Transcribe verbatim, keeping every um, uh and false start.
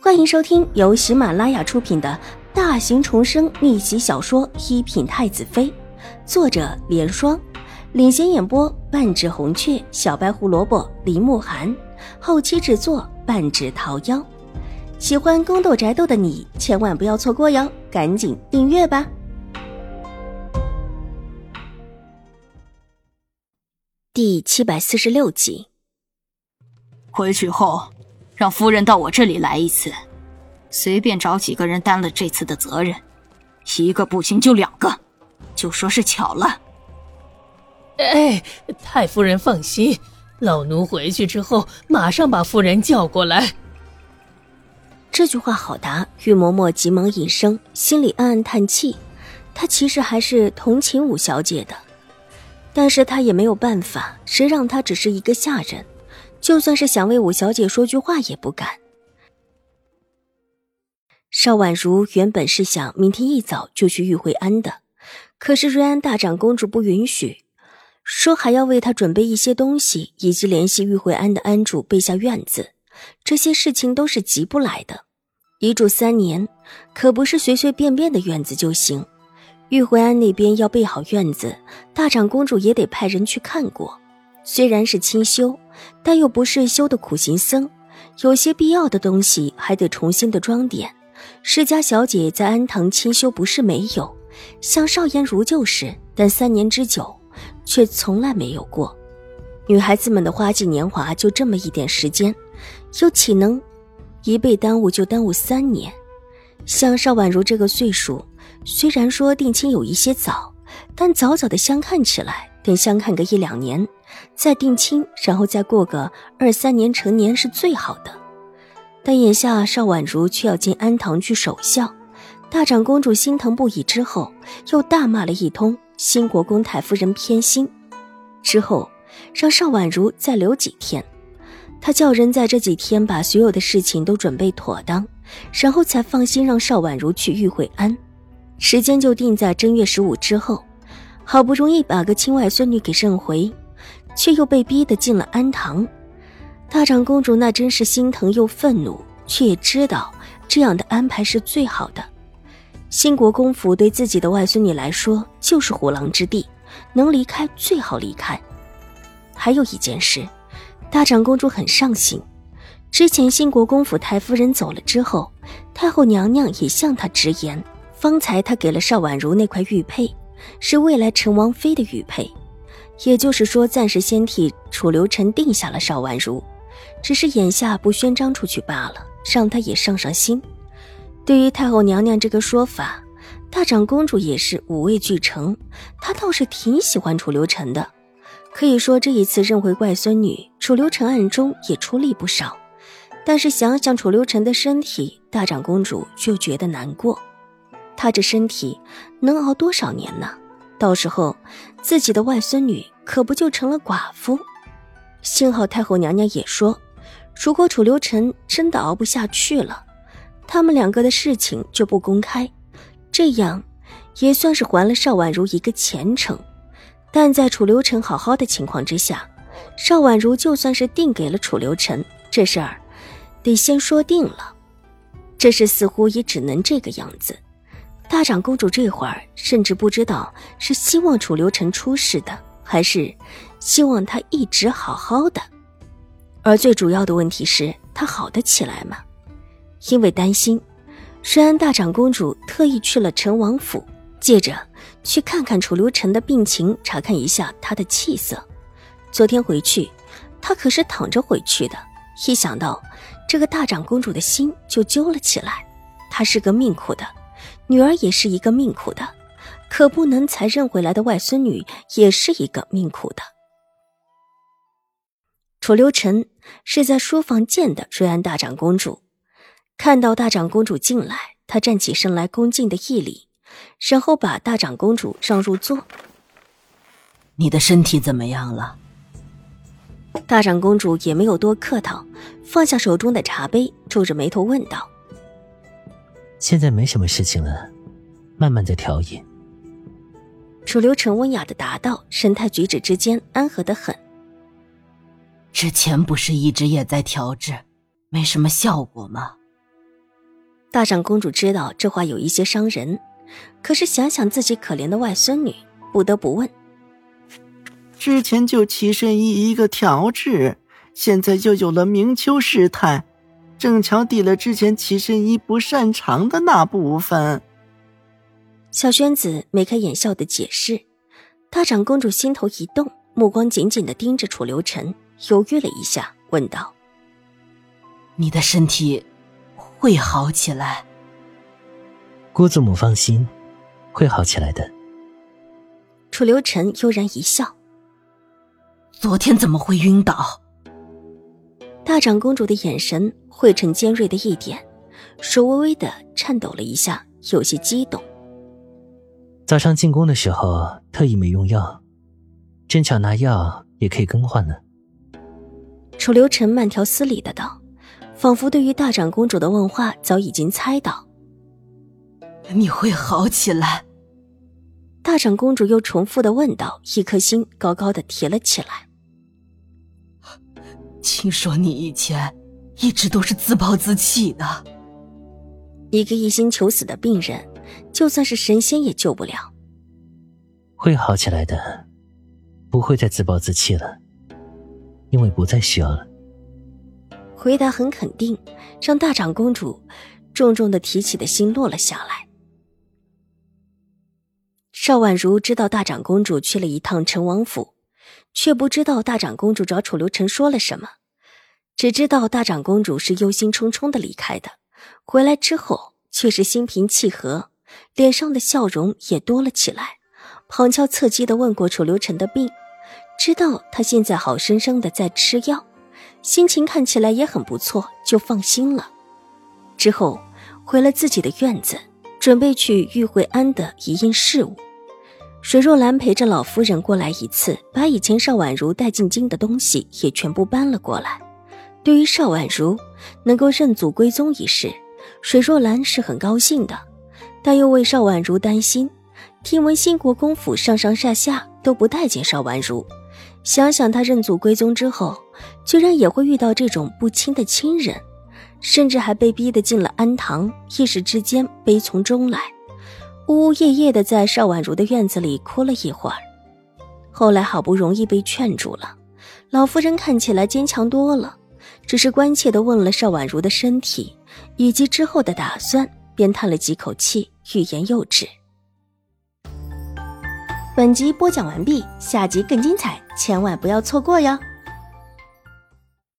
欢迎收听由喜马拉雅出品的大型重生逆袭小说《一品太子妃》，作者莲霜，领衔演播半指红雀、小白胡萝卜、林慕寒，后期制作半指桃夭。喜欢宫斗宅斗的你千万不要错过哟，赶紧订阅吧。第七百四十六集。 回去后让夫人到我这里来一次，随便找几个人担了这次的责任，一个不行就两个，就说是巧了。 哎，太夫人放心，老奴回去之后马上把夫人叫过来。 这句话好答，玉嬷嬷急忙应声，心里暗暗叹气。她其实还是同情武小姐的，但是她也没有办法，谁让她只是一个下人，就算是想为武小姐说句话也不敢。邵婉如原本是想明天一早就去玉慧庵的，可是瑞安大长公主不允许，说还要为她准备一些东西，以及联系玉慧庵的庵主备下院子，这些事情都是急不来的。一住三年，可不是随随便便的院子就行。玉慧庵那边要备好院子，大长公主也得派人去看过。虽然是清修，但又不是修的苦行僧，有些必要的东西还得重新的装点。世家小姐在安堂清修不是没有，像邵颜如就是，但三年之久却从来没有过。女孩子们的花季年华就这么一点时间，又岂能一被耽误就耽误三年？像邵婉如这个岁数，虽然说定亲有一些早，但早早的相看起来，等相看个一两年再定亲，然后再过个二三年成年是最好的。但眼下邵婉如却要进安堂去守孝，大长公主心疼不已之后，又大骂了一通兴国公太夫人偏心，之后让邵婉如再留几天。她叫人在这几天把所有的事情都准备妥当，然后才放心让邵婉如去玉慧庵，时间就定在正月十五之后。好不容易把个亲外孙女给认回，却又被逼得进了安堂。大长公主那真是心疼又愤怒，却也知道这样的安排是最好的。兴国公府对自己的外孙女来说就是虎狼之地，能离开最好离开。还有一件事，大长公主很上心，之前兴国公府太夫人走了之后，太后娘娘也向她直言，方才她给了邵婉如那块玉佩，是未来陈王妃的玉佩，也就是说暂时先替楚留臣定下了邵婉如，只是眼下不宣张出去罢了，让她也上上心。对于太后娘娘这个说法，大长公主也是五味俱成，她倒是挺喜欢楚留臣的。可以说这一次认回外孙女，楚留臣暗中也出力不少，但是想想楚留臣的身体，大长公主就觉得难过。他这身体能熬多少年呢？到时候自己的外孙女可不就成了寡妇？幸好太后娘娘也说，如果楚留臣真的熬不下去了，他们两个的事情就不公开，这样也算是还了邵婉如一个前程。但在楚留臣好好的情况之下，邵婉如就算是定给了楚留臣，这事儿得先说定了。这事似乎也只能这个样子。大长公主这会儿甚至不知道是希望楚留臣出事的，还是希望他一直好好的。而最主要的问题是，他好得起来吗？因为担心，瑞安大长公主特意去了陈王府，借着去看看楚留臣的病情，查看一下他的气色。昨天回去，他可是躺着回去的，一想到这个大长公主的心就揪了起来。她是个命苦的，女儿也是一个命苦的，可不能才认回来的外孙女也是一个命苦的。楚留臣是在书房见的瑞安大长公主，看到大长公主进来，他站起身来恭敬的一礼，然后把大长公主让入座。 你的身体怎么样了？ 大长公主也没有多客套，放下手中的茶杯，皱着眉头问道： 现在没什么事情了，慢慢再调饮。 楚留臣温雅地答道，神态举止之间安和得很。 之前不是一直也在调制，没什么效果吗？ 大长公主知道这话有一些伤人，可是想想自己可怜的外孙女，不得不问： 之前就齐神医一个调制，现在又有了明秋师太，正巧抵了之前齐神医不擅长的那部分。 小轩子眉开眼笑的解释。大长公主心头一动，目光紧紧地盯着楚留臣，犹豫了一下，问道： 你的身体会好起来？ 姑祖母放心，会好起来的。 楚留臣悠然一笑： 昨天怎么会晕倒？ 大长公主的眼神汇成尖锐的一点，手微微地颤抖了一下，有些激动。 早上进宫的时候特意没用药，正巧拿药也可以更换了。 楚留臣慢条斯理的道，仿佛对于大长公主的问话早已经猜到。 你会好起来？ 大长公主又重复的问道，一颗心高高的提了起来。 听说你以前一直都是自暴自弃的。 一个一心求死的病人，就算是神仙也救不了。 会好起来的，不会再自暴自弃了，因为不再需要了。 回答很肯定，让大长公主重重的提起的心落了下来。邵婉如知道大长公主去了一趟陈王府，却不知道大长公主找楚留臣说了什么，只知道大长公主是忧心忡忡的离开的，回来之后却是心平气和，脸上的笑容也多了起来，旁敲侧击地问过楚留臣的病，知道他现在好生生的在吃药，心情看起来也很不错，就放心了。之后回了自己的院子，准备去玉惠安的一应事务。水若兰陪着老夫人过来一次，把以前邵婉如带进京的东西也全部搬了过来。对于邵婉如能够认祖归宗一事，水若兰是很高兴的，但又为邵婉如担心，听闻兴国公府上上下下都不待见邵婉如，想想她认祖归宗之后，居然也会遇到这种不亲的亲人，甚至还被逼得进了安堂，一时之间悲从中来，呜呜咽咽地在邵婉如的院子里哭了一会儿。后来好不容易被劝住了，老夫人看起来坚强多了，只是关切地问了邵婉如的身体以及之后的打算，便叹了几口气，欲言又止。本集播讲完毕，下集更精彩，千万不要错过哟。